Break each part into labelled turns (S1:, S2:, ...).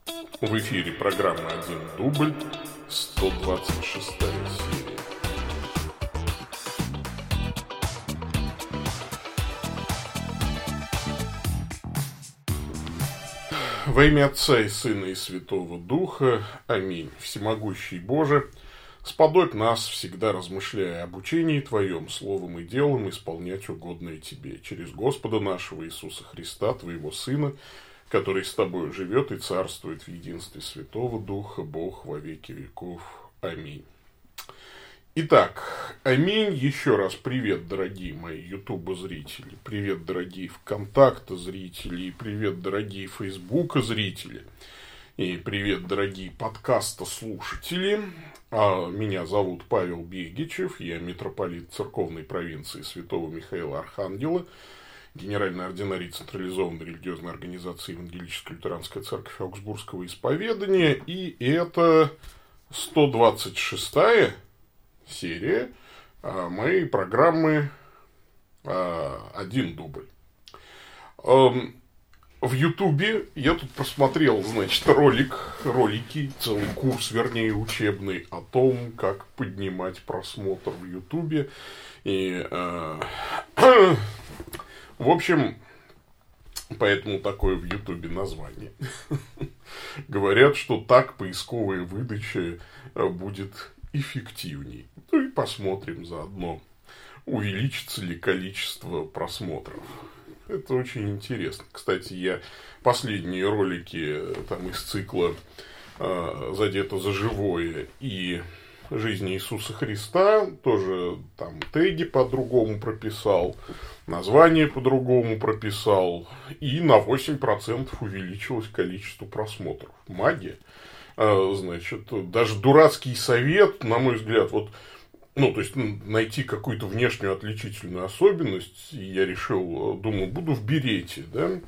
S1: В эфире программа «Один дубль», 126-я серия. Во имя Отца и Сына и Святого Духа. Аминь. Всемогущий Боже, сподобь нас, всегда размышляя об учении Твоем, словом и делом, исполнять угодное Тебе, через Господа нашего Иисуса Христа, Твоего Сына, который с Тобой живет и царствует в единстве Святого Духа, Бог во веки веков. Аминь. Итак, аминь. Еще раз привет, дорогие мои ютуба-зрители, привет, дорогие ВКонтакта-зрители, и привет, дорогие Фейсбука-зрители, и привет, дорогие подкаста-слушатели. Меня зовут Павел Бегичев, я митрополит церковной провинции Святого Михаила Архангела, генеральный ординарий централизованной религиозной организации Евангелическая лютеранская церковь Аугсбургского исповедания, и это 126-я серия моей программы «Один дубль». В Ютубе я тут просмотрел, значит, ролики, целый курс, вернее, учебный о том, как поднимать просмотр в Ютубе. И, в общем, поэтому такое в Ютубе название. Говорят, что так поисковая выдача будет эффективней. Ну и посмотрим заодно, увеличится ли количество просмотров. Это очень интересно. Кстати, я последние ролики там из цикла «Задето за живое» и «Жизни Иисуса Христа» тоже там теги по-другому прописал, название по-другому прописал, и на 8% увеличилось количество просмотров. Магия. Значит, даже дурацкий совет, на мой взгляд, вот, ну, то есть, найти какую-то внешнюю отличительную особенность, я решил, думаю, буду в берете, да,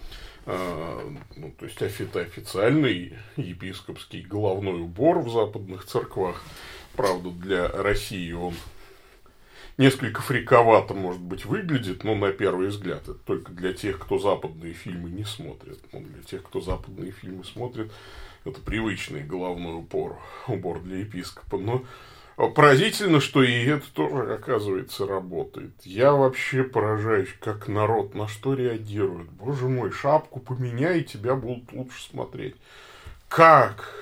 S1: ну, то есть, официальный епископский головной убор в западных церквах. Правда, для России он несколько фриковато, может быть, выглядит, но на первый взгляд это только для тех, кто западные фильмы не смотрит. Но для тех, кто западные фильмы смотрит, это привычный головной убор для епископа. Но поразительно, что и это тоже, оказывается, работает. Я вообще поражаюсь, как народ на что реагирует. Боже мой, шапку поменяй, и тебя будут лучше смотреть. Как?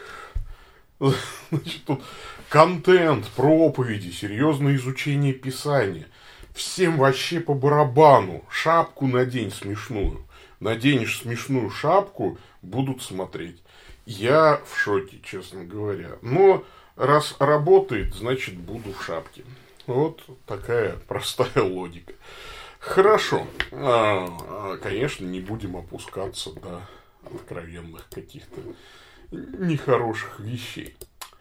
S1: Значит, тут контент, проповеди, серьезное изучение Писания. Всем вообще по барабану. Шапку надень смешную. Наденешь смешную шапку, будут смотреть. Я в шоке, честно говоря. Но раз работает, значит, буду в шапке. Вот такая простая логика. Хорошо. Конечно, не будем опускаться до откровенных каких-то нехороших вещей.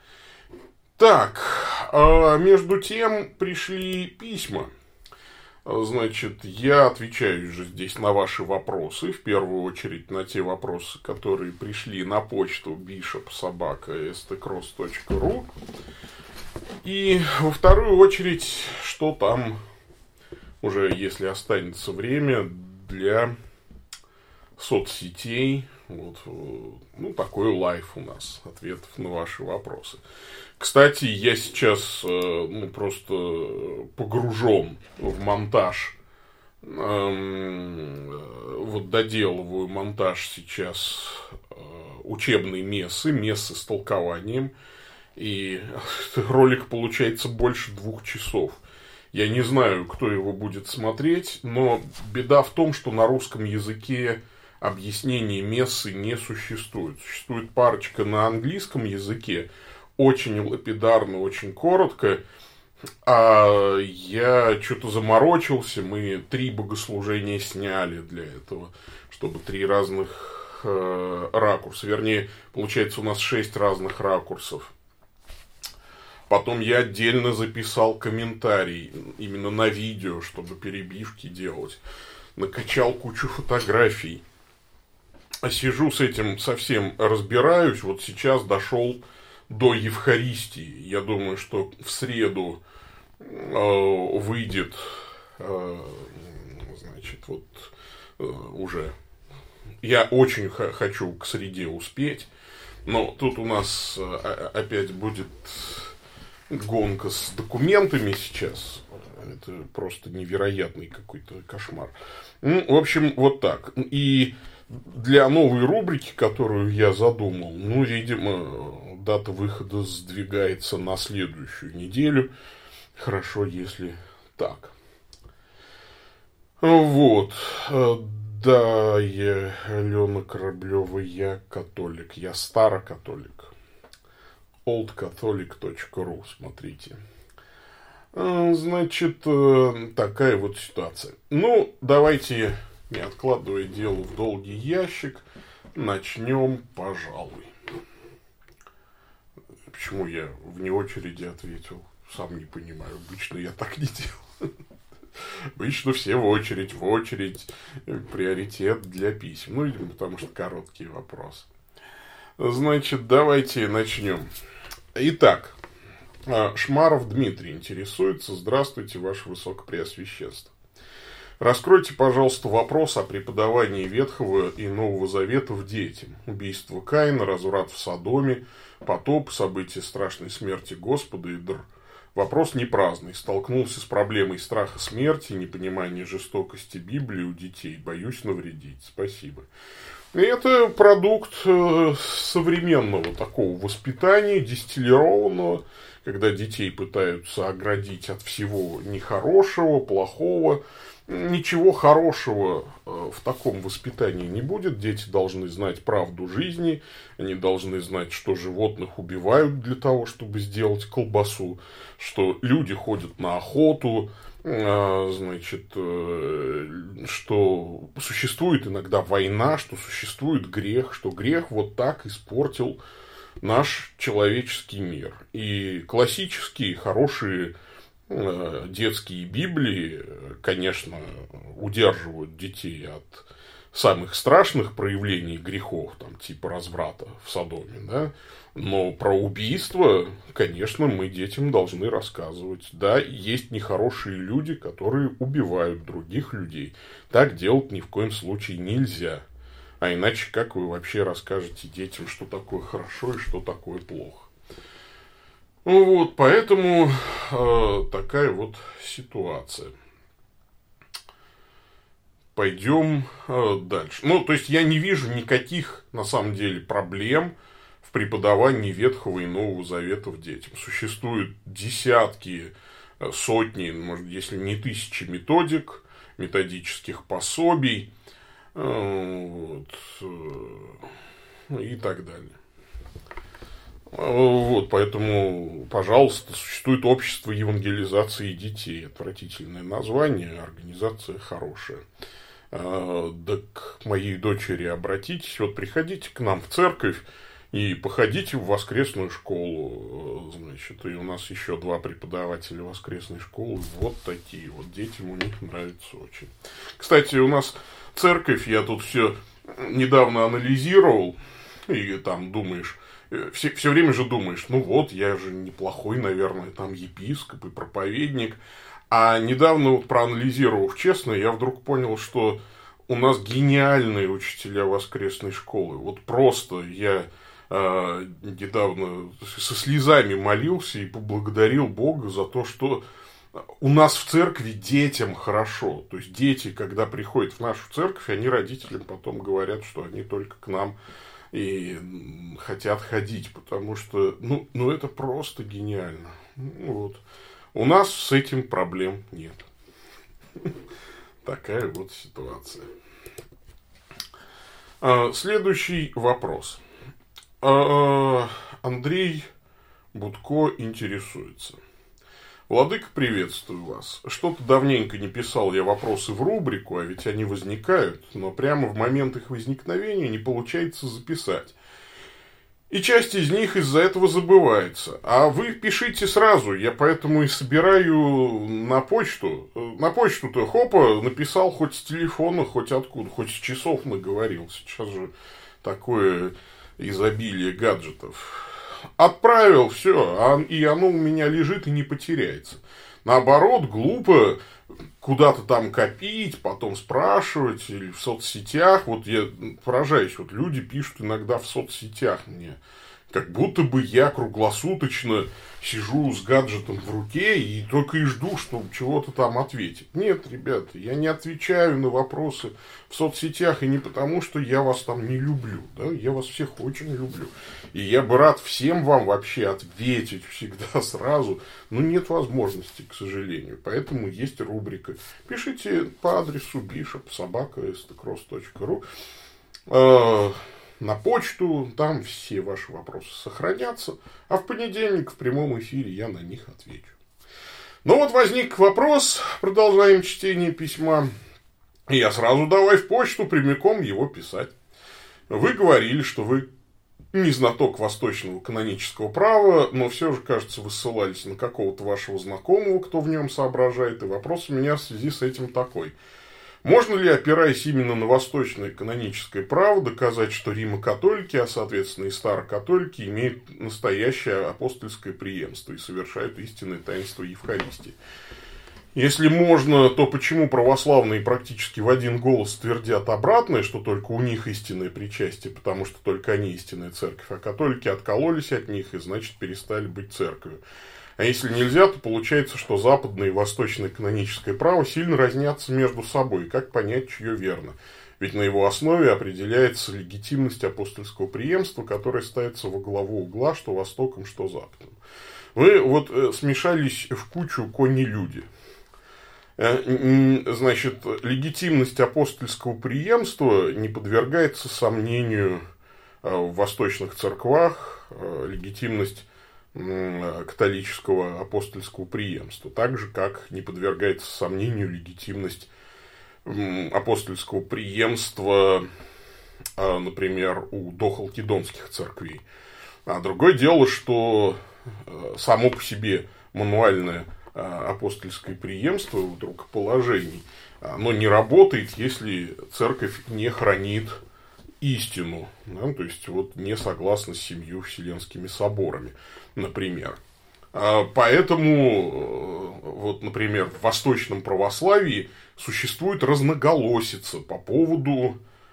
S1: Так, между тем пришли письма. Значит, я отвечаю же здесь на ваши вопросы. В первую очередь на те вопросы, которые пришли на почту bishop@stcross.ru. И во вторую очередь, что там уже, если останется время, для соцсетей. Вот, ну, такой лайв у нас, ответов на ваши вопросы. Кстати, я сейчас просто погружен в монтаж. Вот доделываю монтаж сейчас учебной мессы с толкованием. И ролик получается больше 2 часов. Я не знаю, кто его будет смотреть, но беда в том, что на русском языке объяснений мессы не существует. Существует парочка на английском языке, очень лапидарно, очень коротко. А я что-то заморочился, мы 3 богослужения сняли для этого, чтобы 3 разных ракурса. Вернее, получается, у нас 6 разных ракурсов. Потом я отдельно записал комментарий именно на видео, чтобы перебивки делать. Накачал кучу фотографий. Сижу с этим совсем разбираюсь. Вот сейчас дошел до Евхаристии. Я думаю, что в среду выйдет, значит, вот уже я очень хочу к среде успеть, но тут у нас опять будет гонка с документами сейчас. Это просто невероятный какой-то кошмар. В общем, вот так. И для новой рубрики, которую я задумал, видимо, дата выхода сдвигается на следующую неделю. Хорошо, если так. Вот. Да, я Алена Кораблева, я католик. Я старокатолик. oldcatholic.ru, смотрите. Значит, такая вот ситуация. Давайте, не откладывая дело в долгий ящик, начнем, пожалуй. Почему я вне очереди ответил? Сам не понимаю. Обычно я так не делаю. Обычно все в очередь, приоритет для писем. Видимо, потому что короткие вопросы. Значит, давайте начнем. Итак, Шмаров Дмитрий интересуется. Здравствуйте, Ваше Высокопреосвященство. Раскройте, пожалуйста, вопрос о преподавании Ветхого и Нового Заветов детям. Убийство Каина, разврат в Содоме, потоп, события страшной смерти Господа и др. Вопрос не праздный. Столкнулся с проблемой страха смерти, непонимания жестокости Библии у детей. Боюсь навредить. Спасибо. И это продукт современного такого воспитания, дистиллированного, когда детей пытаются оградить от всего нехорошего, плохого. Ничего хорошего в таком воспитании не будет. Дети должны знать правду жизни. Они должны знать, что животных убивают для того, чтобы сделать колбасу. Что люди ходят на охоту. Значит, что существует иногда война, что существует грех. Что грех вот так испортил наш человеческий мир. И классические, хорошие детские Библии, конечно, удерживают детей от самых страшных проявлений грехов, типа разврата в Содоме, да? Но про убийство, конечно, мы детям должны рассказывать. Да, есть нехорошие люди, которые убивают других людей. Так делать ни в коем случае нельзя. А иначе как вы вообще расскажете детям, что такое хорошо и что такое плохо? Вот, поэтому такая вот ситуация. Пойдем дальше. То есть, я не вижу никаких, на самом деле, проблем в преподавании Ветхого и Нового Заветов детям. Существуют десятки, сотни, может, если не тысячи методик, методических пособий, и так далее. Вот, поэтому, пожалуйста, существует общество евангелизации детей. Отвратительное название, организация хорошая. Да к моей дочери обратитесь, приходите к нам в церковь и походите в воскресную школу. Значит, и у нас еще 2 преподавателя воскресной школы. Вот такие вот, детям у них нравится очень. Кстати, у нас церковь, я тут все недавно анализировал, и думаешь, все время же думаешь, я же неплохой, наверное, епископ и проповедник. А недавно, проанализировав честно, я вдруг понял, что у нас гениальные учителя воскресной школы. Просто я недавно со слезами молился и поблагодарил Бога за то, что у нас в церкви детям хорошо. То есть, дети, когда приходят в нашу церковь, они родителям потом говорят, что они только к нам и хотят ходить, потому что, это просто гениально. Вот. У нас с этим проблем нет. Такая вот ситуация. Следующий вопрос. Андрей Будко интересуется. Владыка, приветствую вас. Что-то давненько не писал я вопросы в рубрику, а ведь они возникают, но прямо в момент их возникновения не получается записать. И часть из них из-за этого забывается. А вы пишите сразу, я поэтому и собираю на почту. На почту-то хопа написал хоть с телефона, хоть откуда, хоть с часов наговорил. Сейчас же такое изобилие гаджетов. Отправил, все, и оно у меня лежит и не потеряется. Наоборот, глупо куда-то там копить, потом спрашивать, или в соцсетях. Вот я поражаюсь, вот люди пишут иногда в соцсетях мне, как будто бы я круглосуточно сижу с гаджетом в руке и только и жду, чтобы чего-то там ответить. Нет, ребята, я не отвечаю на вопросы в соцсетях, и не потому, что я вас там не люблю. Да? Я вас всех очень люблю. И я бы рад всем вам вообще ответить всегда сразу. Но нет возможности, к сожалению. Поэтому есть рубрика. Пишите по адресу bishop@stcross.ru на почту, там все ваши вопросы сохранятся, а в понедельник в прямом эфире я на них отвечу. Ну вот возник вопрос, продолжаем чтение письма, и я сразу давай в почту прямиком его писать. Вы говорили, что вы не знаток восточного канонического права, но все же, кажется, вы ссылались на какого-то вашего знакомого, кто в нем соображает, и вопрос у меня в связи с этим такой. Можно ли, опираясь именно на восточное каноническое право, доказать, что римо-католики, а соответственно и старокатолики, имеют настоящее апостольское преемство и совершают истинное таинство Евхаристии? Если можно, то почему православные практически в один голос твердят обратное, что только у них истинное причастие, потому что только они истинная церковь, а католики откололись от них и, значит, перестали быть церковью? А если нельзя, то получается, что западное и восточное каноническое право сильно разнятся между собой. Как понять, чье верно? Ведь на его основе определяется легитимность апостольского преемства, которое ставится во главу угла, что востоком, что западом. Вы вот смешались в кучу кони-люди. Значит, легитимность апостольского преемства не подвергается сомнению в восточных церквах, легитимность католического апостольского преемства, так же, как не подвергается сомнению легитимность апостольского преемства, например, у дохалкидонских церквей. А другое дело, что само по себе мануальное апостольское преемство в рукоположении, оно не работает, если церковь не хранит истину, да, то есть вот не согласна с 7 Вселенскими соборами, например. Поэтому, вот, например, в восточном православии существует разноголосица по поводу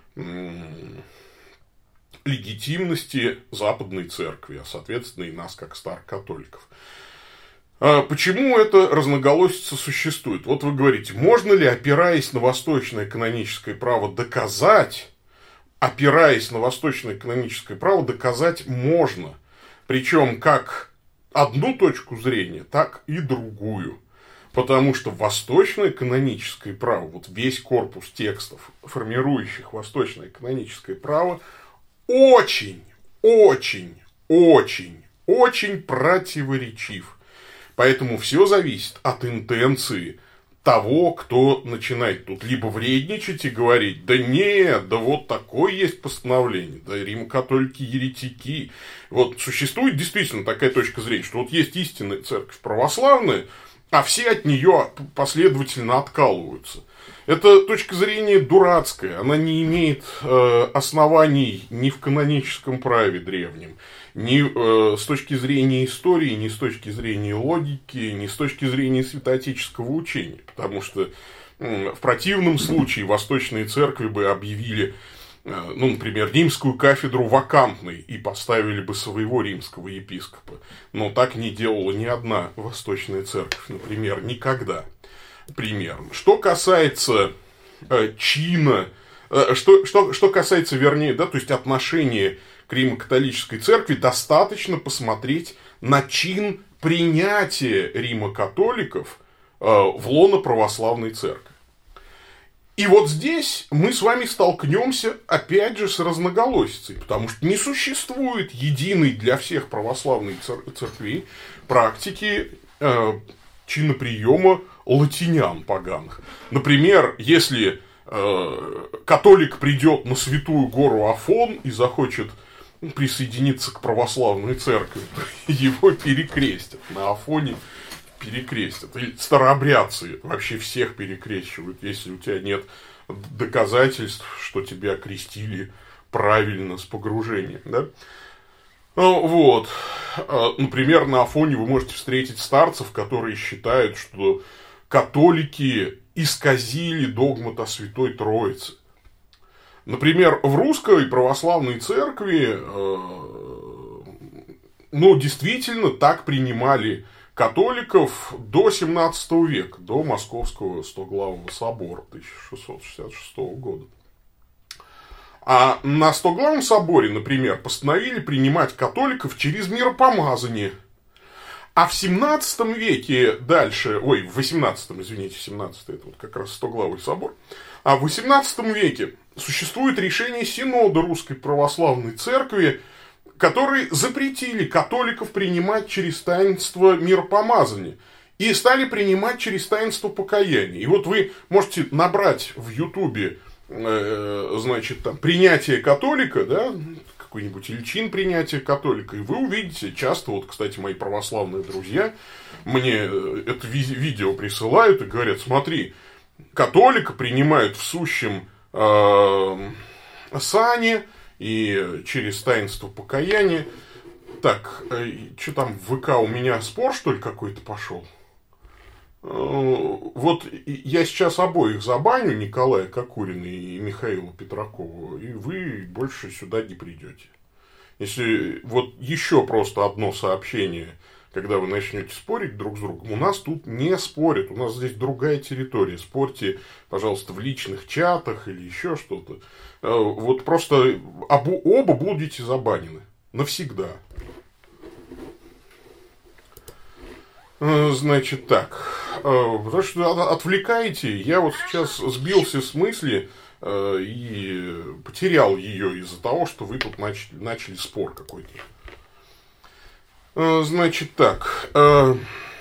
S1: легитимности западной церкви, а соответственно и нас, как старокатоликов. Почему эта разноголосица существует? Вот вы говорите, можно ли, опираясь на восточное каноническое право, доказать? Опираясь на восточное каноническое право, доказать можно. Причем как одну точку зрения, так и другую. Потому что восточное каноническое право, вот весь корпус текстов, формирующих восточное каноническое право, очень противоречив. Поэтому все зависит от интенции того, кто начинает тут либо вредничать и говорить, да нет, да вот такое есть постановление, да римо-католики еретики. Вот существует действительно такая точка зрения, что вот есть истинная церковь православная, а все от нее последовательно откалываются. Эта точка зрения дурацкая, она не имеет оснований ни в каноническом праве древнем, ни с точки зрения истории, ни с точки зрения логики, ни с точки зрения святоотеческого учения. Потому что в противном случае восточные церкви бы объявили, ну, например, римскую кафедру вакантной и поставили бы своего римского епископа. Но так не делала ни одна восточная церковь, например, никогда. Примерно. Что касается чина, что касается, вернее, да, то есть отношения к римо-католической церкви, достаточно посмотреть на чин принятия римо-католиков в лоно православной церкви. И вот здесь мы с вами столкнемся опять же с разноголосицей, потому что не существует единой для всех православных церквей практики чиноприема латинян поганых. Например, если католик придет на святую гору Афон и захочет присоединиться к православной церкви, его перекрестят. На Афоне перекрестят. И старообрядцы вообще всех перекрещивают, если у тебя нет доказательств, что тебя крестили правильно с погружением. Да? Вот. Например, на Афоне вы можете встретить старцев, которые считают, что католики исказили догмат о Святой Троице. Например, в русской православной церкви, действительно так принимали католиков до 17 века, до Московского Стоглавого собора 1666 года. А на Стоглавом соборе, например, постановили принимать католиков через миропомазание. А в 17 веке дальше, в 18, извините, 17 это вот как раз Стоглавый собор, а в 18 веке существует решение Синода Русской Православной Церкви, которые запретили католиков принимать через таинство миропомазания и стали принимать через таинство покаяния. И вот вы можете набрать в Ютубе, значит, там, принятие католика, да, какой-нибудь Ильчин принятие католика, и вы увидите, часто, вот, кстати, мои православные друзья мне это видео присылают и говорят: смотри, католика принимают в сущем сане и через таинство покаяния. Так, что там в ВК у меня спор, что ли, какой-то пошел? Вот я сейчас обоих забаню, Николая Кокурина и Михаила Петракова, и вы больше сюда не придете. Если вот еще просто одно сообщение, когда вы начнете спорить друг с другом, у нас тут не спорят, у нас здесь другая территория. Спорьте, пожалуйста, в личных чатах или еще что-то. Вот просто оба будете забанены навсегда. Значит так, потому что отвлекаете, я вот сейчас сбился с мысли и потерял ее из-за того, что вы тут начали спор какой-то. Значит так, в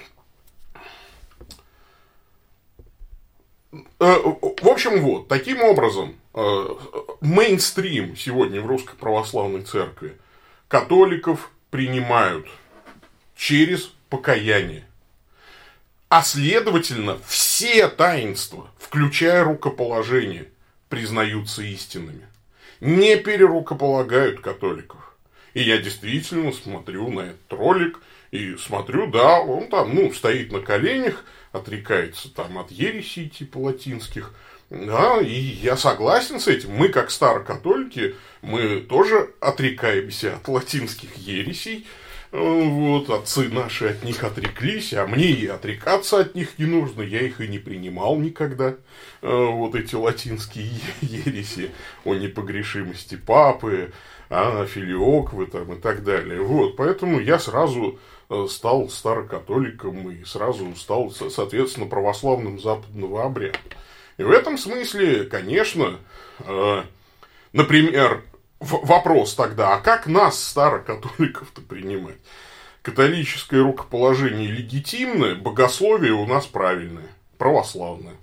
S1: общем, вот, таким образом, мейнстрим сегодня в Русской Православной Церкви католиков принимают через покаяние. А следовательно, все таинства, включая рукоположение, признаются истинными. Не перерукополагают католиков. И я действительно смотрю на этот ролик и смотрю, да, он там, стоит на коленях, отрекается там от ересей типа латинских. Да, и я согласен с этим. Мы, как старокатолики, мы тоже отрекаемся от латинских ересей. Вот, отцы наши от них отреклись, а мне и отрекаться от них не нужно, я их и не принимал никогда. Вот эти латинские ереси о непогрешимости папы, о филиоквы там и так далее. Вот, поэтому я сразу стал старокатоликом и сразу стал, соответственно, православным западного обряда. И в этом смысле, конечно, например, вопрос тогда, а как нас, старокатоликов-то, принимать? Католическое рукоположение легитимное, богословие у нас правильное, православное.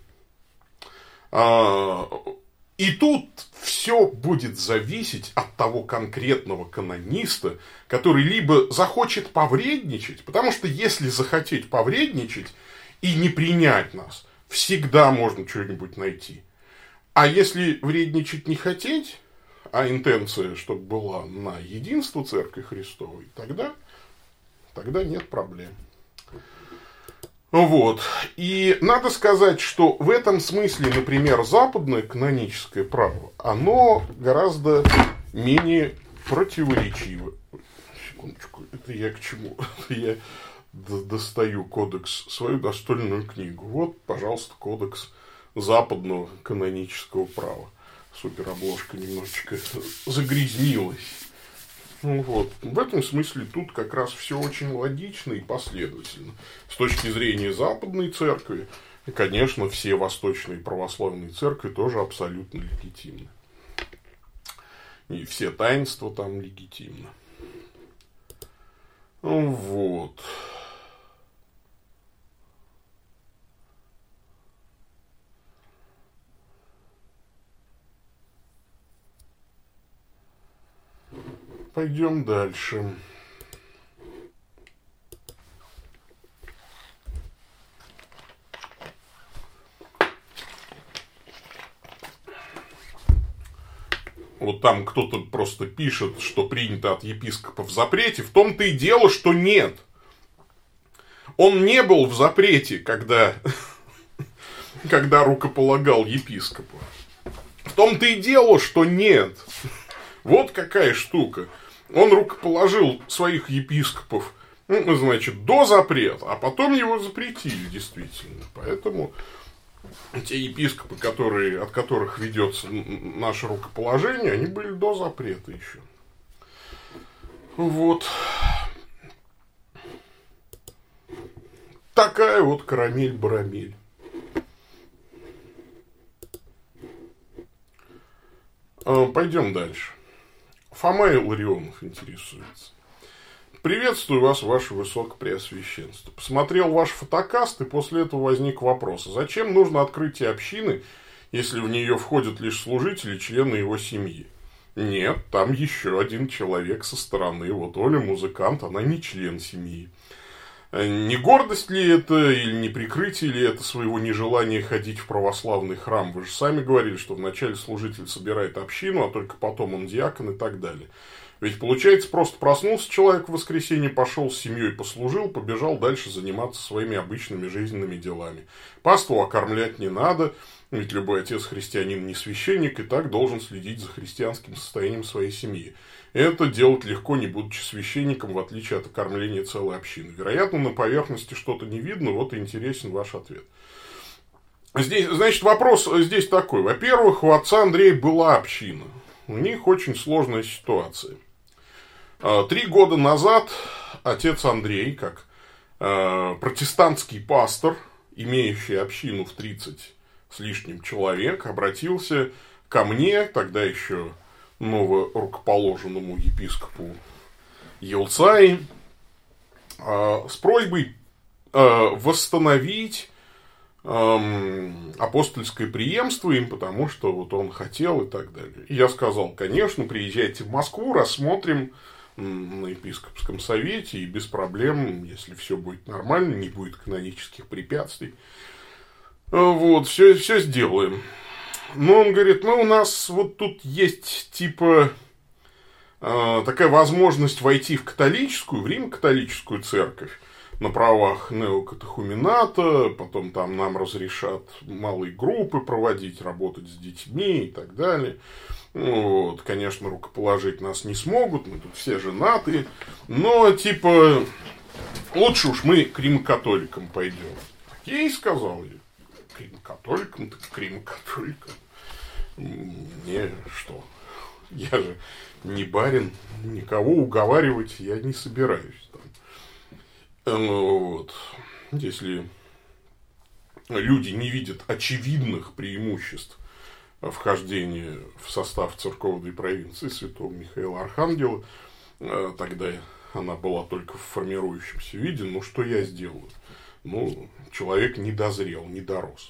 S1: И тут все будет зависеть от того конкретного канониста, который либо захочет повредничать, потому что если захотеть повредничать и не принять нас, всегда можно что-нибудь найти. А если вредничать не хотеть, а интенция, чтобы была на единство Церкви Христовой, тогда нет проблем. Вот. И надо сказать, что в этом смысле, например, западное каноническое право, оно гораздо менее противоречиво. Секундочку, это я к чему? Я достаю кодекс, свою настольную книгу. Вот, пожалуйста, кодекс западного канонического права. Суперобложка немножечко загрязнилась. Вот. В этом смысле тут как раз все очень логично и последовательно. С точки зрения западной церкви, и, конечно, все восточные православные церкви тоже абсолютно легитимны. И все таинства там легитимны. Вот. Пойдем дальше. Вот там кто-то просто пишет, что принято от епископа в запрете. В том-то и дело, что нет. Он не был в запрете, когда рукополагал епископа. В том-то и дело, что нет. Вот какая штука. Он рукоположил своих епископов, значит, до запрета, а потом его запретили, действительно. Поэтому те епископы, от которых ведется наше рукоположение, они были до запрета еще. Вот. Такая вот карамель-барамель. Пойдем дальше. Фома Илларионов интересуется. Приветствую вас, ваше высокопреосвященство. Посмотрел ваш фотокаст, и после этого возник вопрос. Зачем нужно открытие общины, если в нее входят лишь служители, члены его семьи? Нет, там еще один человек со стороны. Вот Оля музыкант, она не член семьи. Не гордость ли это, или не прикрытие ли это своего нежелания ходить в православный храм? Вы же сами говорили, что вначале служитель собирает общину, а только потом он диакон и так далее. Ведь получается, просто проснулся человек в воскресенье, пошел с семьей, послужил, побежал дальше заниматься своими обычными жизненными делами. Паству окормлять не надо, ведь любой отец-христианин не священник и так должен следить за христианским состоянием своей семьи. Это делать легко, не будучи священником, в отличие от окормления целой общины. Вероятно, на поверхности что-то не видно, вот и интересен ваш ответ. Здесь, значит, вопрос здесь такой. Во-первых, у отца Андрея была община. У них очень сложная ситуация. 3 года назад отец Андрей, как протестантский пастор, имеющий общину в 30 с лишним человек, обратился ко мне, тогда еще новорукоположенному епископу Елцаи, с просьбой восстановить апостольское преемство им, потому что вот он хотел и так далее. И я сказал, конечно, приезжайте в Москву, рассмотрим на епископском совете, и без проблем, если все будет нормально, не будет канонических препятствий. Вот, все сделаем. Но он говорит, у нас вот тут есть типа такая возможность войти в католическую, в Римо-католическую церковь на правах неокатехумената, потом там нам разрешат малые группы проводить, работать с детьми и так далее. Вот, конечно, рукоположить нас не смогут, мы тут все женаты, но типа лучше уж мы к римо-католикам пойдем. Окей, сказал я. К римо-католикам, так к римо-католикам. Мне что? Я же не барин, никого уговаривать я не собираюсь. Вот. Если люди не видят очевидных преимуществ вхождения в состав церковной провинции святого Михаила Архангела, тогда она была только в формирующемся виде, что я сделаю? Человек не дозрел, не дорос.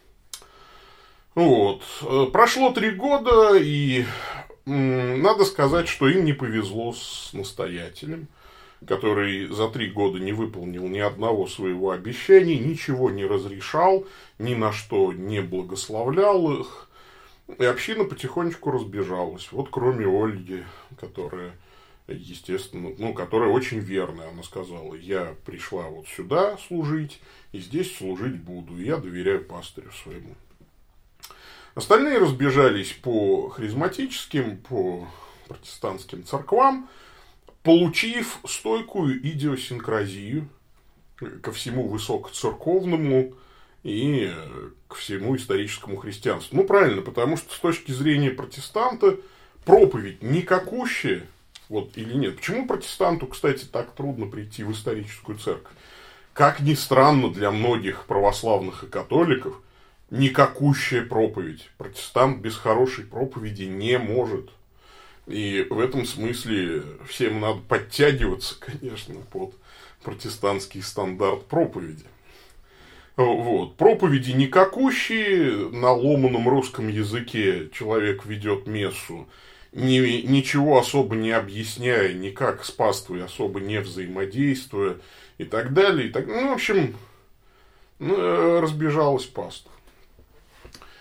S1: Вот. Прошло 3 года, и надо сказать, что им не повезло с настоятелем, который за 3 года не выполнил ни одного своего обещания, ничего не разрешал, ни на что не благословлял их. И община потихонечку разбежалась. Вот кроме Ольги, которая, естественно, которая очень верная. Она сказала, я пришла вот сюда служить, и здесь служить буду. И я доверяю пастырю своему. Остальные разбежались по харизматическим, по протестантским церквам, получив стойкую идиосинкразию ко всему высокоцерковному и к всему историческому христианству. Правильно, потому что с точки зрения протестанта проповедь никакущая, или нет. Почему протестанту, кстати, так трудно прийти в историческую церковь? Как ни странно для многих православных и католиков, никакущая проповедь. Протестант без хорошей проповеди не может. И в этом смысле всем надо подтягиваться, конечно, под протестантский стандарт проповеди. Вот. Проповеди никакущие, на ломаном русском языке человек ведет мессу, ничего особо не объясняя, никак с паствой особо не взаимодействуя и так далее. В общем, разбежалась паства.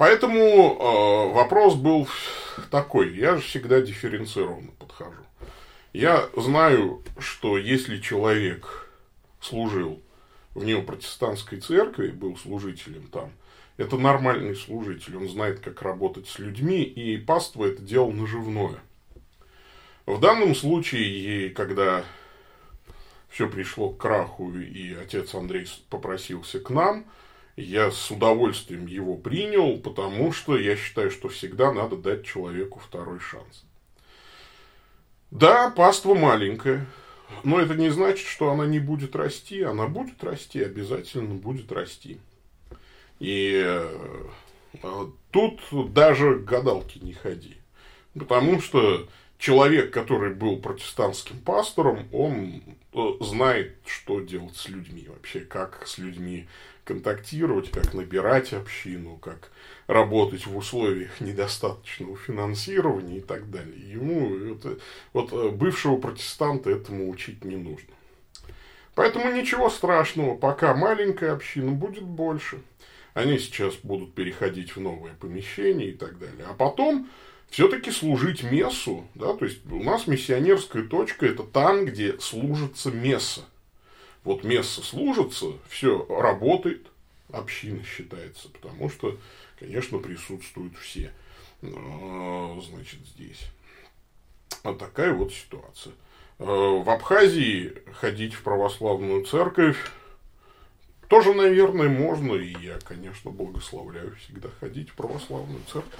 S1: Поэтому вопрос был такой. Я же всегда дифференцированно подхожу. Я знаю, что если человек служил в неопротестантской церкви, был служителем там, это нормальный служитель, он знает, как работать с людьми, и паства – это дело наживное. В данном случае, когда все пришло к краху, и отец Андрей попросился к нам, я с удовольствием его принял, потому что я считаю, что всегда надо дать человеку второй шанс. Да, паства маленькая, но это не значит, что она не будет расти. Она будет расти, обязательно будет расти. И тут даже к гадалке не ходи. Потому что человек, который был протестантским пастором, он знает, что делать с людьми. Вообще, как с людьми контактировать, как набирать общину, как работать в условиях недостаточного финансирования и так далее. Ему бывшего протестанта этому учить не нужно. Поэтому ничего страшного, пока маленькая община, будет больше. Они сейчас будут переходить в новое помещение и так далее. А потом все-таки служить мессу, да, то есть у нас миссионерская точка – это там, где служится месса. Вот месса служится, все работает, община считается, потому что, конечно, присутствуют все, значит, здесь. Вот такая вот ситуация. В Абхазии ходить в православную церковь тоже, наверное, можно, и я, конечно, благословляю всегда ходить в православную церковь.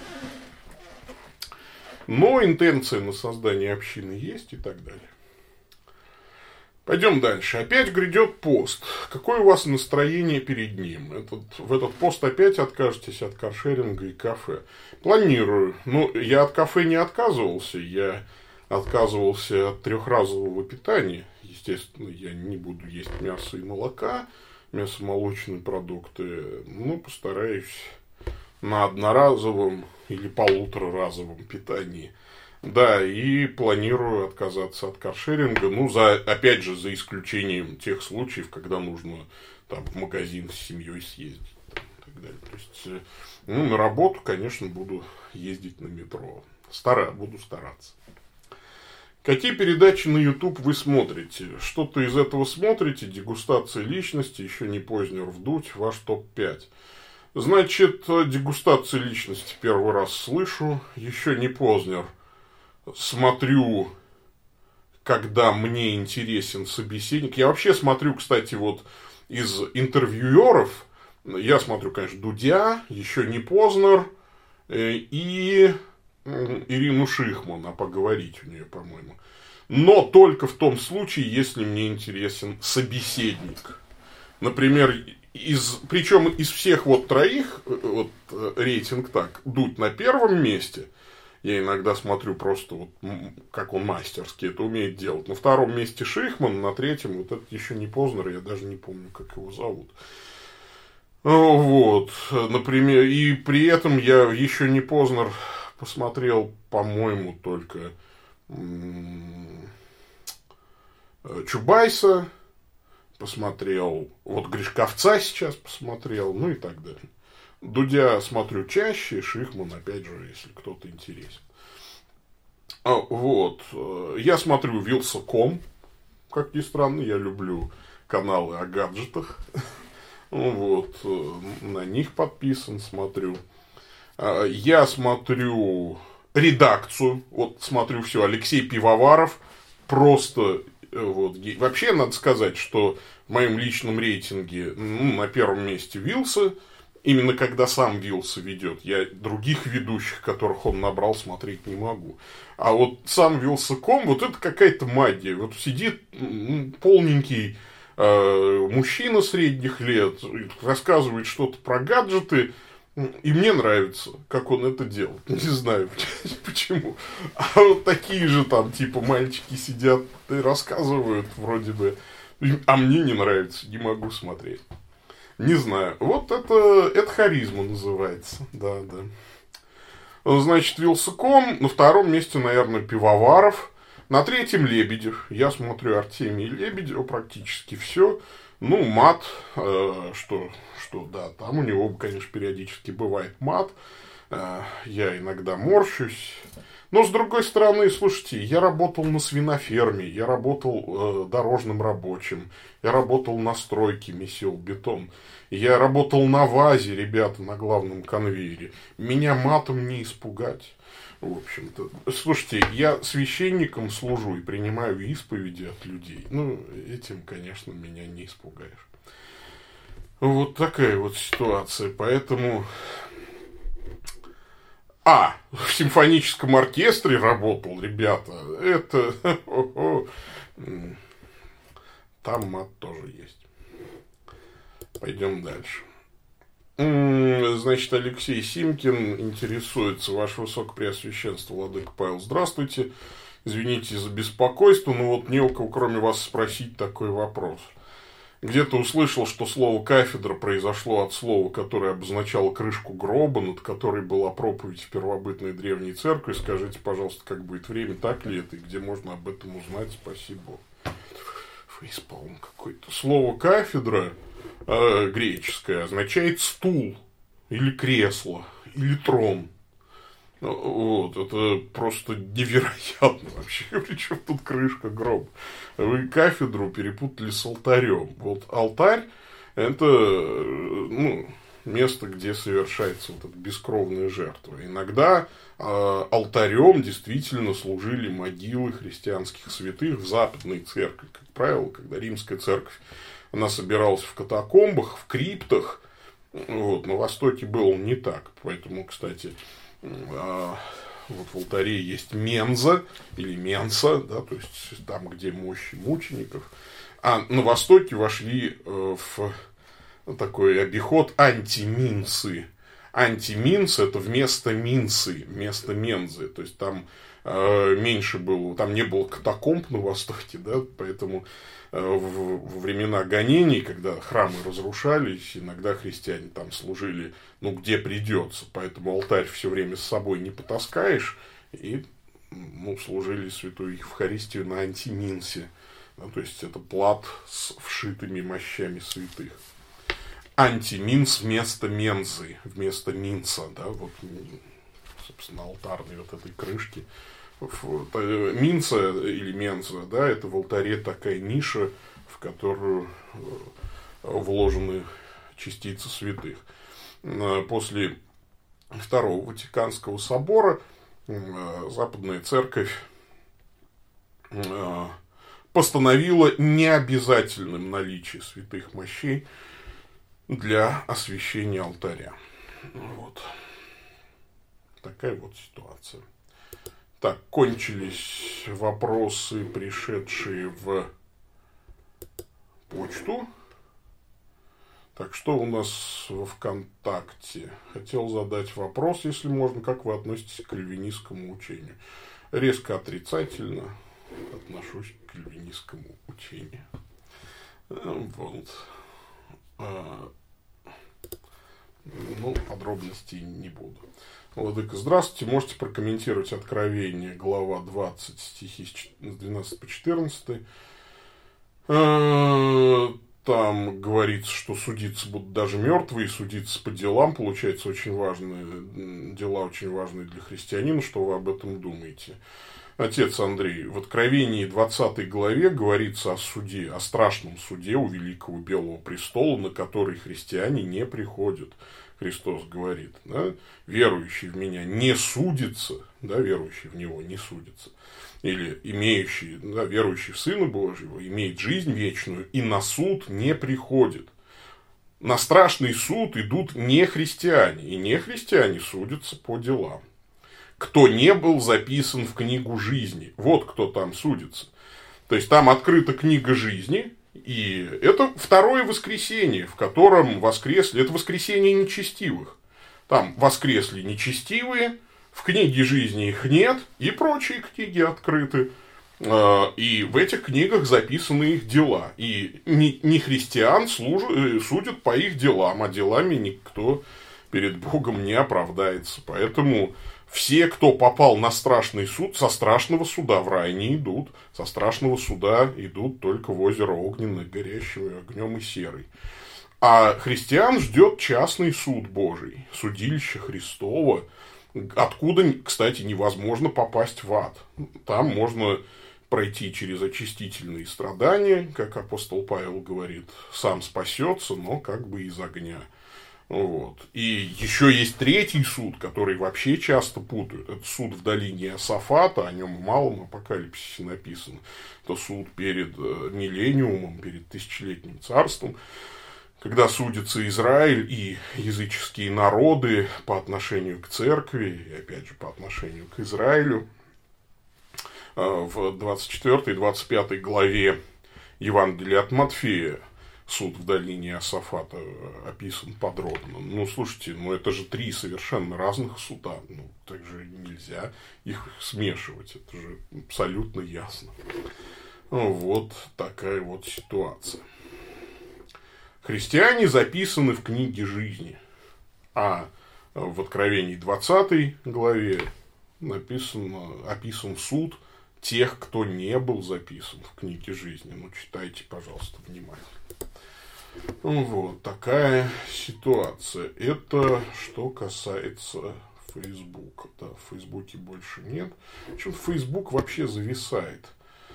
S1: Но интенция на создание общины есть и так далее. Пойдем дальше. Опять грядет пост. Какое у вас настроение перед ним? В этот пост опять откажетесь от каршеринга и кафе? Планирую. Я от кафе не отказывался. Я отказывался от трехразового питания. Естественно, я не буду есть мясо и молока, мясомолочные продукты. Постараюсь на одноразовом или полутораразовом питании. Да, и планирую отказаться от каршеринга, опять же, за исключением тех случаев, когда нужно там, в магазин с семьей съездить. И так далее. То есть, на работу, конечно, буду ездить на метро. Буду стараться. Какие передачи на YouTube вы смотрите? Что-то из этого смотрите? Дегустация личности, еще не Познер вдуть, ваш топ-5. Значит, дегустация личности первый раз слышу, еще не Познер. Смотрю, когда мне интересен собеседник. Я вообще смотрю, кстати, из интервьюеров. Я смотрю, конечно, Дудя, еще не Познер и Ирину Шихман, а поговорить у нее, по-моему. Но только в том случае, если мне интересен собеседник. Например, причем из всех троих, рейтинг так, Дудь на первом месте. Я иногда смотрю просто, как он мастерски это умеет делать. На втором месте Шихман, на третьем, это еще не Познер, я даже не помню, как его зовут. Например, и при этом я еще не Познер посмотрел, по-моему, только Чубайса, посмотрел, Гришковца сейчас посмотрел, и так далее. Дудя смотрю чаще, Шихман, опять же, если кто-то интересен. Я смотрю Вилса.ком, как ни странно, я люблю каналы о гаджетах. На них подписан, смотрю. Я смотрю редакцию, смотрю все, Алексей Пивоваров, просто, вообще надо сказать, что в моем личном рейтинге, на первом месте Вилса. Именно когда сам Вилса ведет. Я других ведущих, которых он набрал, смотреть не могу. А сам Вилса.ком, это какая-то магия. Сидит полненький мужчина средних лет, рассказывает что-то про гаджеты. И мне нравится, как он это делает. Не знаю, почему. А такие же мальчики сидят и рассказывают вроде бы. А мне не нравится, не могу смотреть. Не знаю. Это харизма называется. Да. Значит, Вилса.ком. На втором месте, наверное, Пивоваров. На третьем Лебедев. Я смотрю Артемия Лебедева практически все. Ну, мат, что да, там у него, конечно, периодически бывает мат. Я иногда морщусь. Но, с другой стороны, слушайте, я работал на свиноферме, я работал дорожным рабочим, я работал на стройке, месил бетон, я работал на ВАЗе, ребята, на главном конвейере. Меня матом не испугать. В общем-то, слушайте, я священником служу и принимаю исповеди от людей. Ну, этим, конечно, меня не испугаешь. Вот такая вот ситуация. Поэтому... в симфоническом оркестре работал, ребята. Это... Там мат тоже есть. Пойдем дальше. Значит, Алексей Симкин интересуется: Ваше Высокопреосвященство, Владыка Павел, здравствуйте. Извините за беспокойство, но вот не у кого, кроме вас, спросить такой вопрос. Где-то услышал, что слово «кафедра» произошло от слова, которое обозначало крышку гроба, над которой была проповедь в первобытной древней церкви. Скажите, пожалуйста, как будет время, так ли это, и где можно об этом узнать? Спасибо. Фейспалм какой-то. Слово «кафедра» греческое означает стул, или кресло, или трон. Вот, это просто невероятно вообще. Причем тут крышка гроба. Вы кафедру перепутали с алтарем. Вот алтарь — это место, где совершается вот эта бескровная жертва. Иногда алтарем действительно служили могилы христианских святых в Западной церкви. Как правило, когда Римская церковь, она собиралась в катакомбах, в криптах. Вот, на Востоке было не так. Поэтому, кстати, вот в алтаре есть менза или менса, да, то есть там, где мощи мучеников. А на Востоке вошли в такой обиход антиминсы. Антиминс — это вместо минсы, вместо мензы. То есть там меньше было, там не было катакомб на Востоке, да, поэтому во времена гонений, когда храмы разрушались, иногда христиане там служили, где придется. Поэтому алтарь все время с собой не потаскаешь. И служили святую Евхаристию на антиминсе. Да, то есть это плат с вшитыми мощами святых. Антиминс вместо мензы, вместо минса. Да, вот, собственно, алтарной вот этой крышки. Минца или менза, да, это в алтаре такая ниша, в которую вложены частицы святых. После Второго Ватиканского собора Западная церковь постановила необязательным наличие святых мощей для освящения алтаря. Вот. Такая вот ситуация. Так, кончились вопросы, пришедшие в почту. Так, что у нас во ВКонтакте? Хотел задать вопрос, если можно, как вы относитесь к кальвинистскому учению? Резко отрицательно отношусь к кальвинистскому учению. Вот. Подробностей не буду. Владыка, здравствуйте. Можете прокомментировать Откровение, глава 20, стихи с 12 по 14. Там говорится, что судиться будут даже мертвые, судиться по делам. Получается, очень важные дела, очень важные для христианина. Что вы об этом думаете? Отец Андрей, в Откровении 20 главе говорится о суде, о страшном суде у Великого Белого Престола, на который христиане не приходят. Христос говорит, да, верующий в меня не судится, да, верующий в него не судится. Или имеющий, да, верующий в Сына Божьего имеет жизнь вечную и на суд не приходит. На страшный суд идут не христиане, и не христиане судятся по делам. Кто не был записан в книгу жизни, вот кто там судится. То есть там открыта книга жизни, и это второе воскресенье, в котором воскресли, это воскресенье нечестивых. Там воскресли нечестивые, в книге жизни их нет, и прочие книги открыты. И в этих книгах записаны их дела. И не христиан судят по их делам, а делами никто перед Богом не оправдается. Поэтому Все, кто попал на страшный суд, со страшного суда в рай не идут. Со страшного суда идут только в озеро огненное, горящее огнем и серой. А христиан ждет частный суд Божий, судилище Христово, откуда, кстати, невозможно попасть в ад. Там можно пройти через очистительные страдания, как апостол Павел говорит, сам спасется, но как бы из огня. Вот. И еще есть третий суд, который вообще часто путают. Это суд в долине Иосафата, о нем в Малом Апокалипсисе написано. Это суд перед миллениумом, перед тысячелетним царством, когда судятся Израиль и языческие народы по отношению к церкви, и опять же по отношению к Израилю. В 24 и 25 главе Евангелия от Матфея суд в долине Иосафата описан подробно. Ну, слушайте, это же 3 совершенно разных суда. Так же нельзя их смешивать. Это же абсолютно ясно. Вот такая вот ситуация. Христиане записаны в книге жизни. А в Откровении 20 главе описан суд тех, кто не был записан в книге жизни. Читайте, пожалуйста, внимательно. Вот такая ситуация. Это что касается Фейсбука. Да, в Фейсбуке больше нет. Причем Фейсбук вообще зависает.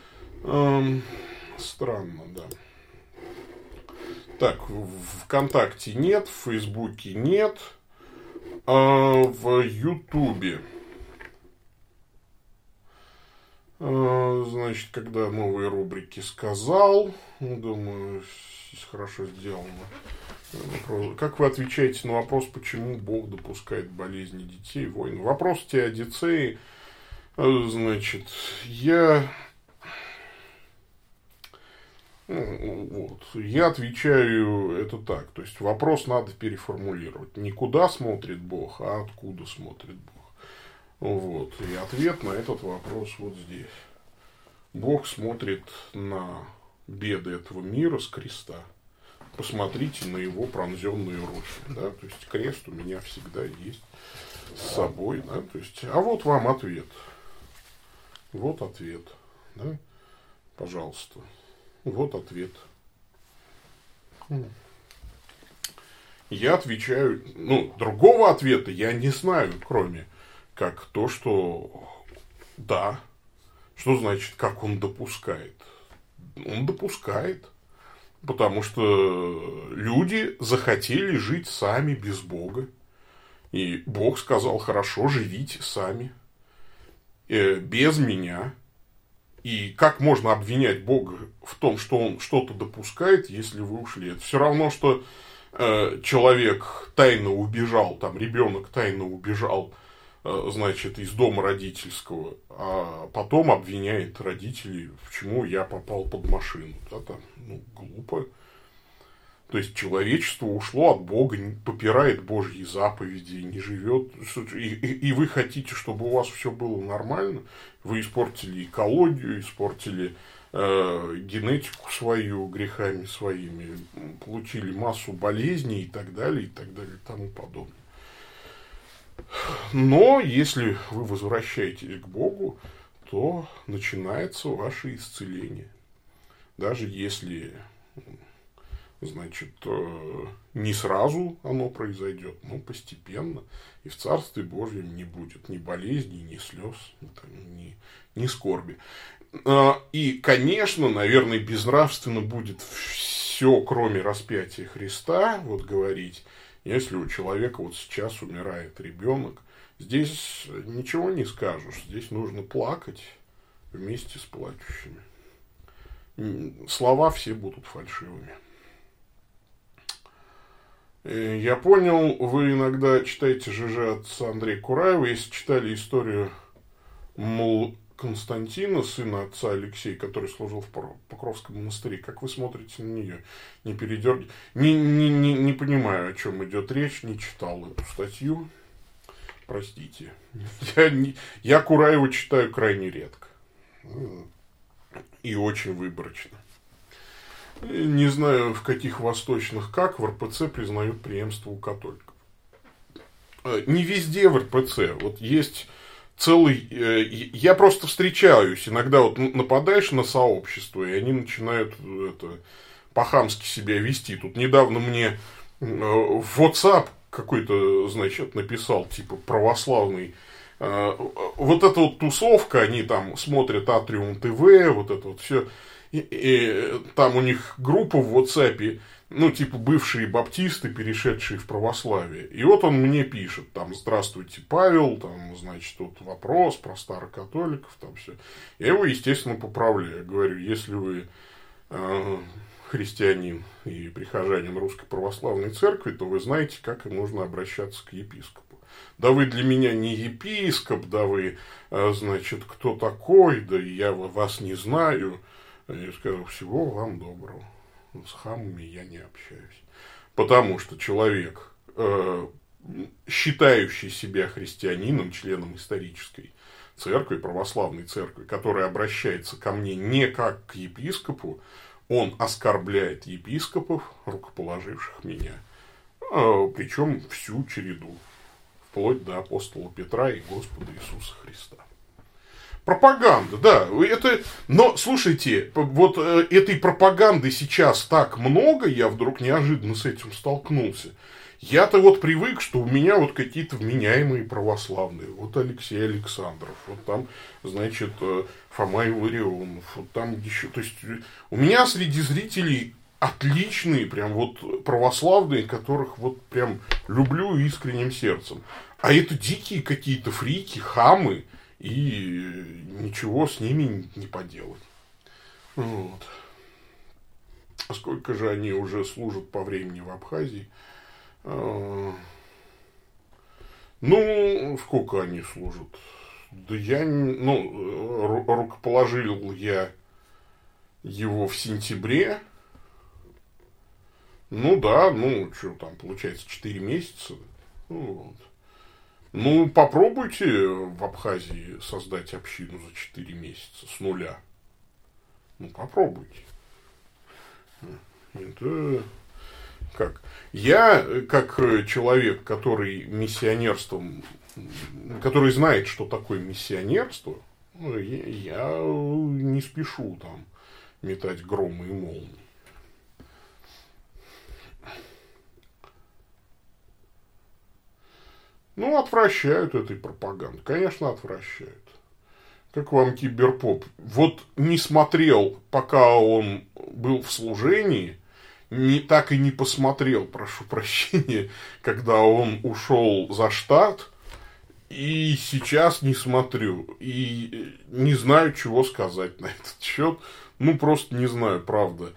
S1: Странно, да. Так, в ВКонтакте нет, в Фейсбуке нет, а в Ютубе. Значит, когда новые рубрики сказал, думаю, хорошо сделано. Как вы отвечаете на вопрос, почему Бог допускает болезни детей, войны? Вопрос теодицеи, значит, я отвечаю это так. То есть, вопрос надо переформулировать. Не куда смотрит Бог, а откуда смотрит Бог. Вот. И ответ на этот вопрос вот здесь. Бог смотрит на беды этого мира с креста. Посмотрите на его пронзенные руки. Да? То есть, крест у меня всегда есть с собой. Да? То есть, а вот вам ответ. Вот ответ. Да? Пожалуйста. Вот ответ. Я отвечаю... другого ответа я не знаю, кроме как то, что да. Что значит, как он допускает? Он допускает. Потому что люди захотели жить сами без Бога. И Бог сказал, хорошо, живите сами. Без меня. И как можно обвинять Бога в том, что он что-то допускает, если вы ушли? Это все равно, что человек тайно убежал, там ребенок тайно убежал, значит, из дома родительского, а потом обвиняет родителей, почему я попал под машину. Это, глупо. То есть, человечество ушло от Бога, попирает Божьи заповеди, не живет. И вы хотите, чтобы у вас все было нормально? Вы испортили экологию, испортили генетику свою грехами своими, получили массу болезней и так далее, и тому подобное. Но если вы возвращаетесь к Богу, то начинается ваше исцеление. Даже если... значит, не сразу оно произойдет, но постепенно. И в Царстве Божьем не будет ни болезней, ни слез, ни скорби. И, конечно, наверное, безнравственно будет все, кроме распятия Христа, говорить, если у человека сейчас умирает ребенок. Здесь ничего не скажешь, здесь нужно плакать вместе с плачущими. Слова все будут фальшивыми. Я понял, вы иногда читаете ЖЖ отца Андрея Кураева. Если читали историю Константина, сына отца Алексея, который служил в Покровском монастыре, как вы смотрите на нее? Не передергивайте. Не понимаю, о чем идет речь, не читал эту статью. Простите. Я Кураева читаю крайне редко. И очень выборочно. Не знаю, в каких восточных в РПЦ признают преемство у католиков. не везде в РПЦ. Вот есть целый... Я просто встречаюсь. Иногда вот нападаешь на сообщество, и они начинают по-хамски себя вести. Тут недавно мне в WhatsApp какой-то, значит, написал, типа, православный. Вот эта вот тусовка, они там смотрят Атриум ТВ, вот это вот все. И там у них группа в WhatsApp, ну, типа, бывшие баптисты, перешедшие в православие. И вот он мне пишет, там, здравствуйте, Павел, там, значит, вот вопрос про старокатоликов, там все. Я его, естественно, поправляю. Говорю, если вы христианин и прихожанин Русской Православной Церкви, то вы знаете, как им нужно обращаться к епископу. Да вы для меня не епископ, да вы, значит, кто такой, да я вас не знаю. Я сказал, всего вам доброго. С хамами я не общаюсь. Потому что человек, считающий себя христианином, членом исторической церкви, православной церкви, который обращается ко мне не как к епископу, он оскорбляет епископов, рукоположивших меня. Причем всю череду. Вплоть до апостола Петра и Господа Иисуса Христа. Пропаганда, да. Но, слушайте, вот этой пропаганды сейчас так много, я вдруг неожиданно с этим столкнулся. Я-то вот привык, что у меня вот какие-то вменяемые православные. Вот Алексей Александров, вот там, значит, Фома Илларионов, вот там еще. То есть, у меня среди зрителей отличные, прям вот православные, которых вот прям люблю искренним сердцем. А это дикие какие-то фрики, хамы, и ничего с ними не поделать. Вот. А сколько же они уже служат по времени в Абхазии? Ну, сколько они служат? Да я, рукоположил я его в сентябре. Ну да, что там, получается, 4 месяца. Вот. Ну, попробуйте в Абхазии создать общину за 4 месяца с нуля. Ну, попробуйте. Это как? Я, как человек, который миссионерством, который знает, что такое миссионерство, я не спешу там метать громы и молнии. Ну, отвращают этой пропаганды. Конечно, отвращают. Как вам киберпоп? Вот не смотрел, пока он был в служении, так и не посмотрел, прошу прощения, когда он ушел за штат, и сейчас не смотрю. И не знаю, чего сказать на этот счет. Ну, просто не знаю, правда.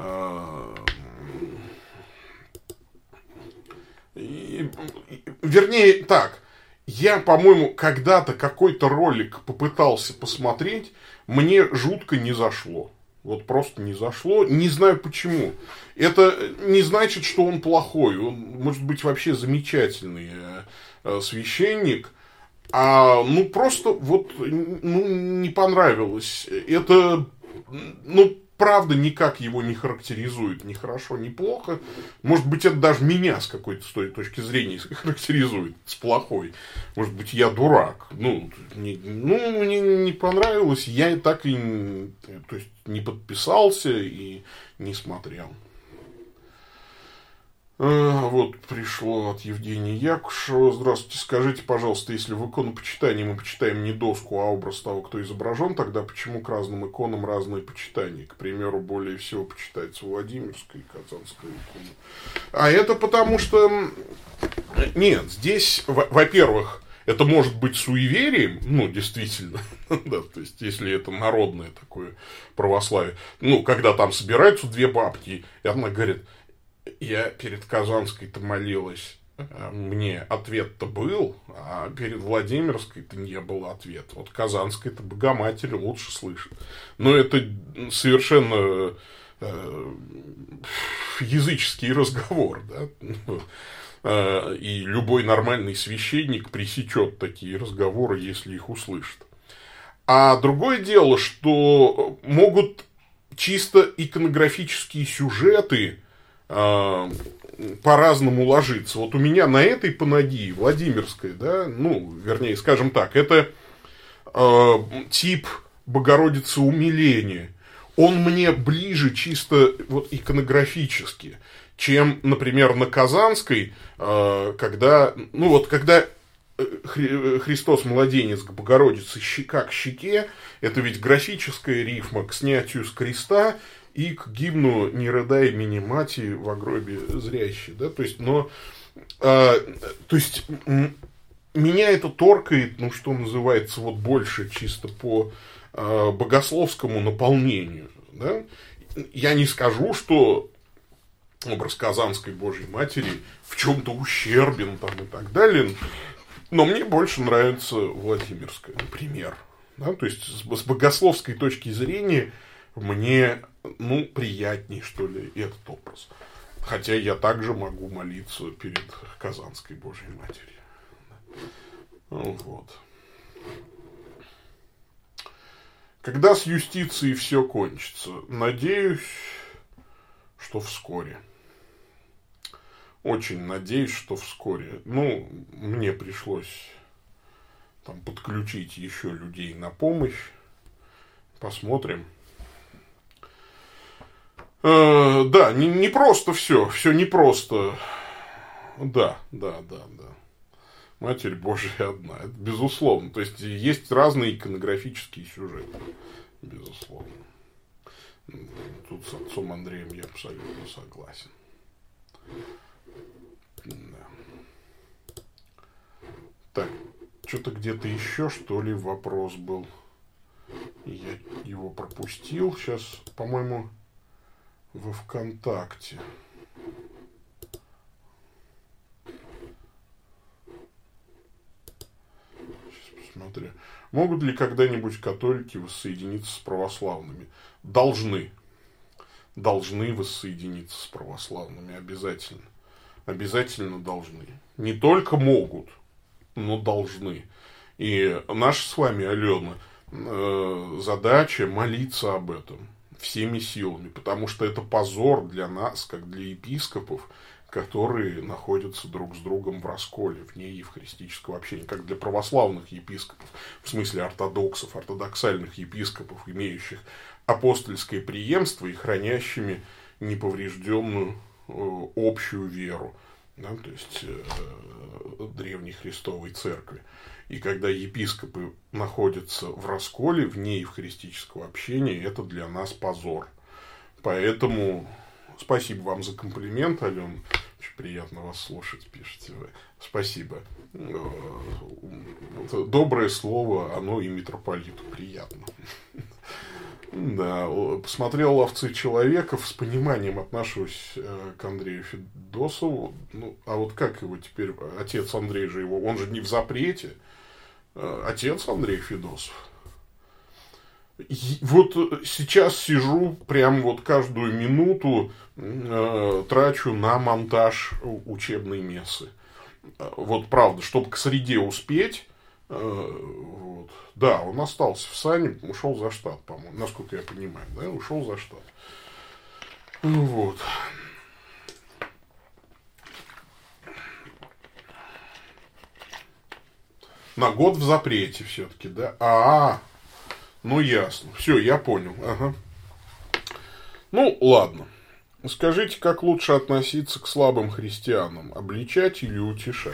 S1: Вернее, так, я, по-моему, когда-то какой-то ролик попытался посмотреть, мне жутко не зашло. Вот просто не зашло. Не знаю почему. Это не значит, что он плохой. Он может быть вообще замечательный священник. Просто вот не понравилось. Это, правда, никак его не характеризует. Ни хорошо, ни плохо. Может быть, это даже меня с какой-то с той точки зрения характеризует. С плохой. Может быть, я дурак. Мне не понравилось. Я и так и не подписался и не смотрел. Вот пришло от Евгения Якушева. Здравствуйте, скажите, пожалуйста, если в иконопочитании мы почитаем не доску, а образ того, кто изображен, тогда почему к разным иконам разные почитания? К примеру, более всего почитается Владимирская и Казанская икона. А это потому что... Нет, здесь, во-первых, это может быть суеверием, действительно, да, то есть, если это народное такое православие, когда там собираются две бабки, и одна говорит... Я перед Казанской-то молилась, мне ответ-то был, а перед Владимирской-то не было ответа. Вот Казанской-то Богоматери лучше слышит. Но это совершенно языческий разговор, да? И любой нормальный священник пресечет такие разговоры, если их услышит. А другое дело, что могут чисто иконографические сюжеты по-разному ложится. Вот у меня на этой панагии, Владимирской, да, ну, вернее, скажем так, это тип Богородицы умиления. Он мне ближе чисто вот иконографически, чем, например, на Казанской, когда, ну вот, когда Христос младенец к Богородице щека к щеке, это ведь графическая рифма к снятию с креста и к гимну «Не рыдай мини мати во гробе зрящий». Да? То есть, меня это торкает, ну, что называется, вот больше чисто по богословскому наполнению. Да? Я не скажу, что образ Казанской Божьей Матери в чем-то ущербен там, и так далее, но мне больше нравится Владимирская, например. Да? То есть, с богословской точки зрения мне, ну, приятнее, что ли, этот образ. Хотя я также могу молиться перед Казанской Божьей Матерью. Вот. Когда с юстицией все кончится? Надеюсь, что вскоре. Очень надеюсь, что вскоре. Ну, мне пришлось там подключить еще людей на помощь. Посмотрим. Да, не просто все. Все не просто. Да. Матерь Божия одна. Это безусловно. То есть, есть разные иконографические сюжеты. Безусловно. Тут с отцом Андреем я абсолютно согласен. Да. Так, что-то где-то еще, что ли, вопрос был. Я его пропустил. Сейчас, по-моему, во ВКонтакте. Смотри. Могут ли когда-нибудь католики воссоединиться с православными? Должны. Должны воссоединиться с православными. Обязательно. Обязательно должны. Не только могут, но должны. И наша с вами, Алена, задача молиться об этом всеми силами. Потому что это позор для нас, как для епископов, которые находятся друг с другом в расколе, вне евхаристического общения, как для православных епископов, в смысле ортодоксов, ортодоксальных епископов, имеющих апостольское преемство и хранящими неповрежденную общую веру, да, то есть древней Христовой Церкви. И когда епископы находятся в расколе, вне евхаристического общения, это для нас позор. Поэтому спасибо вам за комплимент, Алена. Очень приятно вас слушать, пишете вы. Спасибо. Доброе слово, оно и митрополиту приятно. Да, посмотрел «Ловцы человеков», с пониманием отношусь к Андрею Федосову. Ну, а вот как его теперь, отец Андрей же его, он же не в запрете. Отец Андрей Федосов. И вот сейчас сижу, прям вот каждую минуту трачу на монтаж учебной мессы. Вот правда, чтобы к среде успеть. Вот. Да, он остался в сане, ушел за штат, по-моему, насколько я понимаю, да, ушел за штат. Вот. На год в запрете все-таки, да? Ну ясно. Все, я понял. Ага. Ну, ладно. Скажите, как лучше относиться к слабым христианам? Обличать или утешать?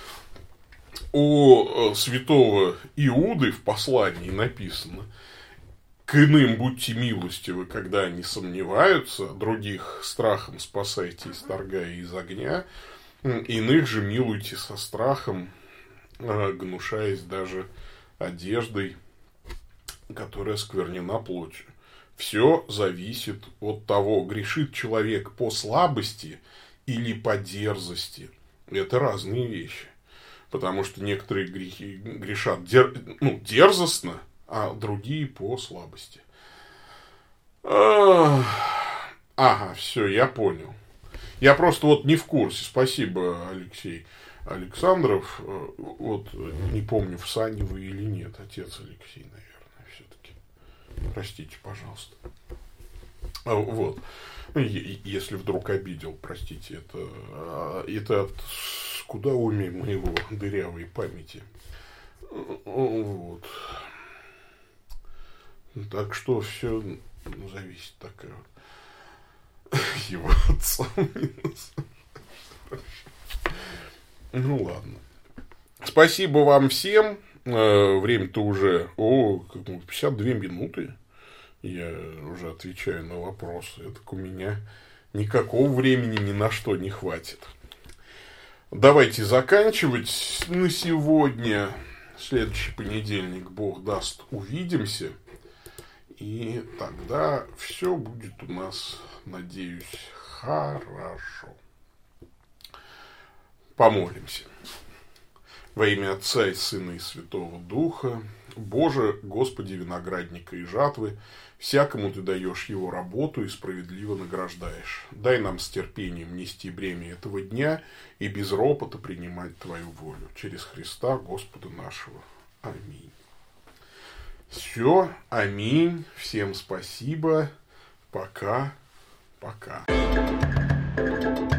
S1: У святого Иуды в послании написано: к иным будьте милостивы, когда они сомневаются, других страхом спасайте, исторгая из огня, иных же милуйте со страхом, гнушаясь даже одеждой, которая сквернена плотью. Все зависит от того, грешит человек по слабости или по дерзости. Это разные вещи. Потому что некоторые грехи грешат дерзостно, а другие по слабости. Ага, все, я понял. Я просто вот не в курсе. Спасибо, Алексей Александров. Вот не помню, в сане вы или нет. Отец Алексей, наверное, все-таки. Простите, пожалуйста. Вот. Если вдруг обидел, простите, это от скудоумия моего дырявой памяти. Вот. Так что все зависит такая вот. Его отца. Ну ладно. Спасибо вам всем. Время-то уже 52 минуты. Я уже отвечаю на вопросы. Это у меня никакого времени ни на что не хватит. Давайте заканчивать на сегодня. Следующий понедельник, Бог даст, увидимся. И тогда все будет у нас, надеюсь, хорошо. Помолимся. Во имя Отца и Сына и Святого Духа. Боже, Господи, виноградника и жатвы, всякому Ты даешь его работу и справедливо награждаешь. Дай нам с терпением нести бремя этого дня и без ропота принимать Твою волю. Через Христа Господа нашего. Аминь. Все, аминь. Всем спасибо. Пока. Пока.